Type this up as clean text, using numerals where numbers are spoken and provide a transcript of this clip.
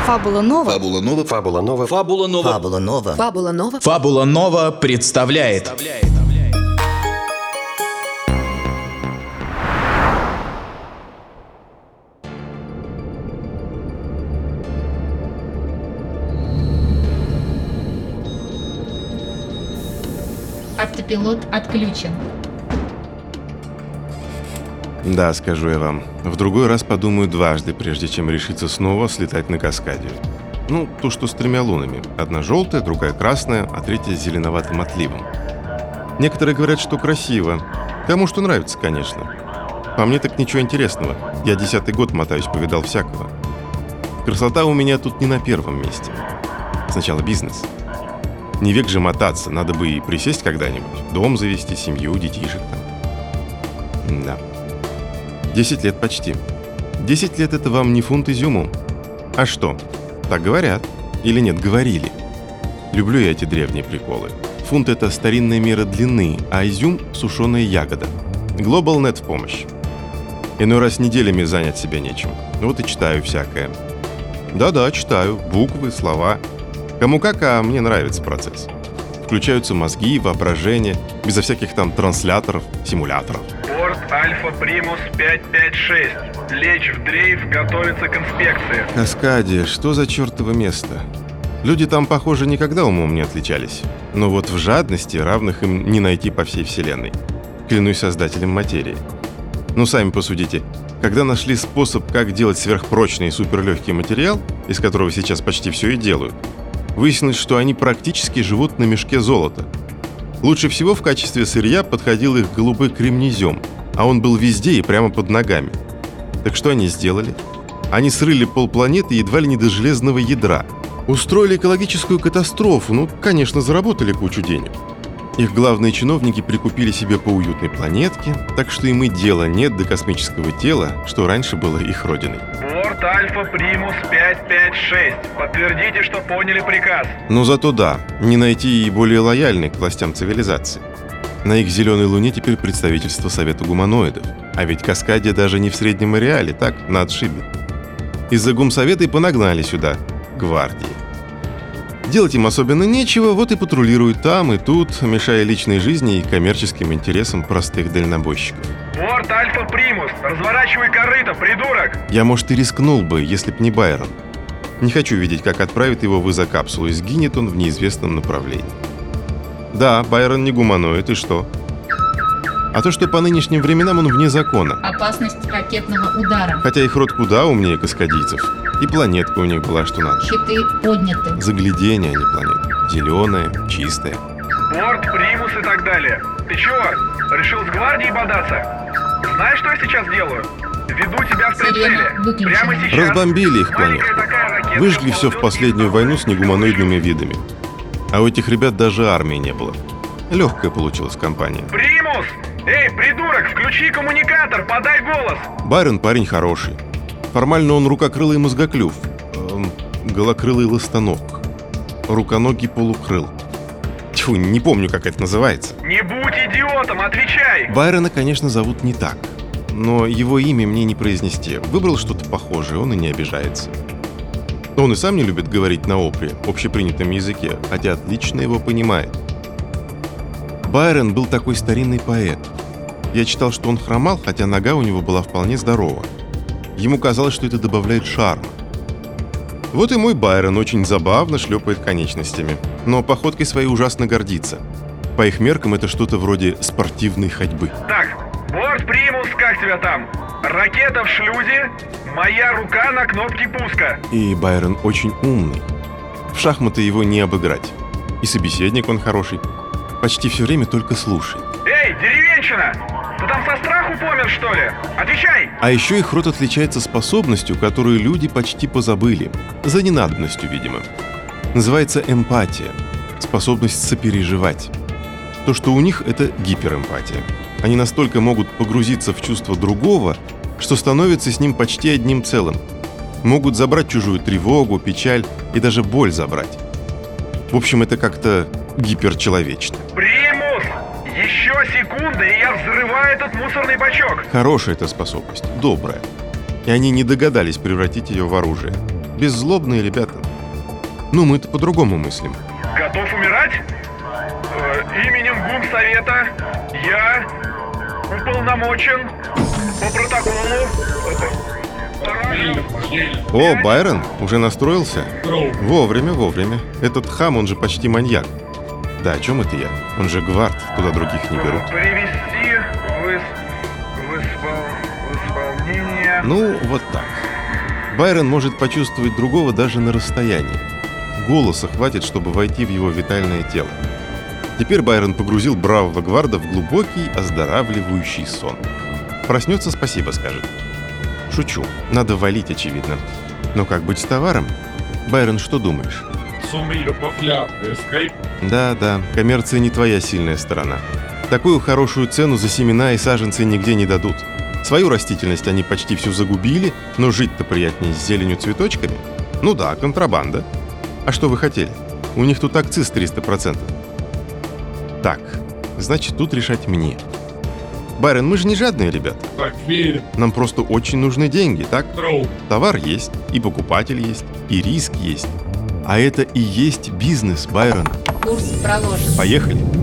Фабула Нова. Фабула Нова. Фабула Нова. Фабула Нова. Фабула Нова. Фабула Нова. Фабула Нова представляет. Автопилот отключен. Да, скажу я вам. В другой раз подумаю дважды, прежде чем решиться снова слетать на Каскадию. Ну, то, что с 3 лунами. Одна желтая, другая красная, а третья с зеленоватым отливом. Некоторые говорят, что красиво. Кому что нравится, конечно. По мне так ничего интересного. Я 10-й год мотаюсь, повидал всякого. Красота у меня тут не на первом месте. Сначала бизнес. Не век же мотаться, надо бы и присесть когда-нибудь. Дом завести, семью, детишек там. Да. 10 лет почти. 10 лет — это вам не фунт изюму. А что? Так говорят. Или нет, говорили. Люблю я эти древние приколы. Фунт — это старинная мера длины, а изюм — сушеная ягода. GlobalNet в помощь. Иной раз неделями занять себя нечем. Вот и читаю всякое. Да-да, читаю. Буквы, слова. Кому как, а мне нравится процесс. Включаются мозги, воображение, безо всяких там трансляторов, симуляторов. Борт Альфа Примус 556. Лечь в дрейф, готовиться к инспекции. Каскадия, что за чертово место? Люди там, похоже, никогда умом не отличались. Но вот в жадности равных им не найти по всей вселенной. Клянусь создателем материи. Ну, сами посудите. Когда нашли способ, как делать сверхпрочный и суперлегкий материал, из которого сейчас почти все и делают, выяснилось, что они практически живут на мешке золота. Лучше всего в качестве сырья подходил их голубой кремнезем, а он был везде и прямо под ногами. Так что они сделали? Они срыли полпланеты едва ли не до железного ядра. Устроили экологическую катастрофу, ну, конечно, заработали кучу денег. Их главные чиновники прикупили себе по уютной планетке, так что им и дела нет до космического тела, что раньше было их родиной. Борт Альфа Примус 556. Подтвердите, что поняли приказ. Но зато да, не найти и более лояльных к властям цивилизации. На их зеленой луне теперь представительство Совета гуманоидов. А ведь Каскадия даже не в среднем ареале, так, на отшибе. Из-за гумсовета и понагнали сюда гвардии. Делать им особенно нечего, вот и патрулируют там и тут, мешая личной жизни и коммерческим интересам простых дальнобойщиков. Борт Альфа Примус, разворачивай корыто, придурок! Я, может, и рискнул бы, если б не Байрон. Не хочу видеть, как отправят его в изокапсулу, и сгинет он в неизвестном направлении. Да, Байрон не гуманоид, и что? А то, что по нынешним временам он вне закона. Опасность ракетного удара. Хотя их род куда умнее каскадийцев. И планетка у них была что надо. Щиты подняты. Загляденье, а не планета. Зеленая, чистая. Борт Примус и так далее. Ты чего? Решил с гвардией бодаться? Знаешь, что я сейчас делаю? Веду тебя в прицеле. Прямо сейчас. Разбомбили их планету. Выжгли все в последнюю войну с негуманоидными видами. А у этих ребят даже армии не было. Легкая получилась компания. Примус! Эй, придурок, включи коммуникатор, подай голос! Байрон парень хороший. Формально он рукокрылый мозгоклюв. Голокрылый ластоног. Руконогий полукрыл. Тьфу, не помню, как это называется. Не будь идиотом, отвечай! Байрона, конечно, зовут не так. Но его имя мне не произнести. Выбрал что-то похожее, он и не обижается. Но он и сам не любит говорить на общепринятом языке, хотя отлично его понимает. Байрон был такой старинный поэт. Я читал, что он хромал, хотя нога у него была вполне здорова. Ему казалось, что это добавляет шарма. Вот и мой Байрон очень забавно шлепает конечностями, но походкой своей ужасно гордится. По их меркам это что-то вроде спортивной ходьбы. Так, борт Примус, как тебя там? Ракета в шлюзе, моя рука на кнопке пуска. И Байрон очень умный. В шахматы его не обыграть. И собеседник он хороший. Почти все время только слушай. Эй, деревенщина! Ты там со страху помер, что ли? Отвечай! А еще их род отличается способностью, которую люди почти позабыли. За ненадобностью, видимо. Называется эмпатия. Способность сопереживать. То, что у них, это гиперэмпатия. Они настолько могут погрузиться в чувство другого, что становятся с ним почти одним целым. Могут забрать чужую тревогу, печаль и даже боль забрать. В общем, это как-то гиперчеловечно. Примус! Еще секунда, и я взрываю этот мусорный бачок! Хорошая эта способность, добрая. И они не догадались превратить ее в оружие. Беззлобные ребята. Ну, мы-то по-другому мыслим. Готов умирать? Именем Гумсовета я уполномочен по протоколу. О, Байрон, уже настроился? Вовремя, вовремя. Этот хам, он же почти маньяк. Да, о чем это я? Он же гвард, туда других не берут. Привести в исполнение. Ну, вот так. Байрон может почувствовать другого даже на расстоянии. Голоса хватит, чтобы войти в его витальное тело. Теперь Байрон погрузил бравого гварда в глубокий, оздоравливающий сон. Проснется, спасибо скажет. Шучу, надо валить, очевидно. Но как быть с товаром? Байрон, что думаешь? Да, коммерция не твоя сильная сторона. Такую хорошую цену за семена и саженцы нигде не дадут. Свою растительность они почти всю загубили, но жить-то приятнее с зеленью цветочками. Ну да, контрабанда. А что вы хотели? У них тут акциз 300%. Так, значит, тут решать мне. Байрон, мы же не жадные ребята. Нам просто очень нужны деньги, так? Товар есть, и покупатель есть, и риск есть. А это и есть бизнес, Байрон. Курс проложен. Поехали.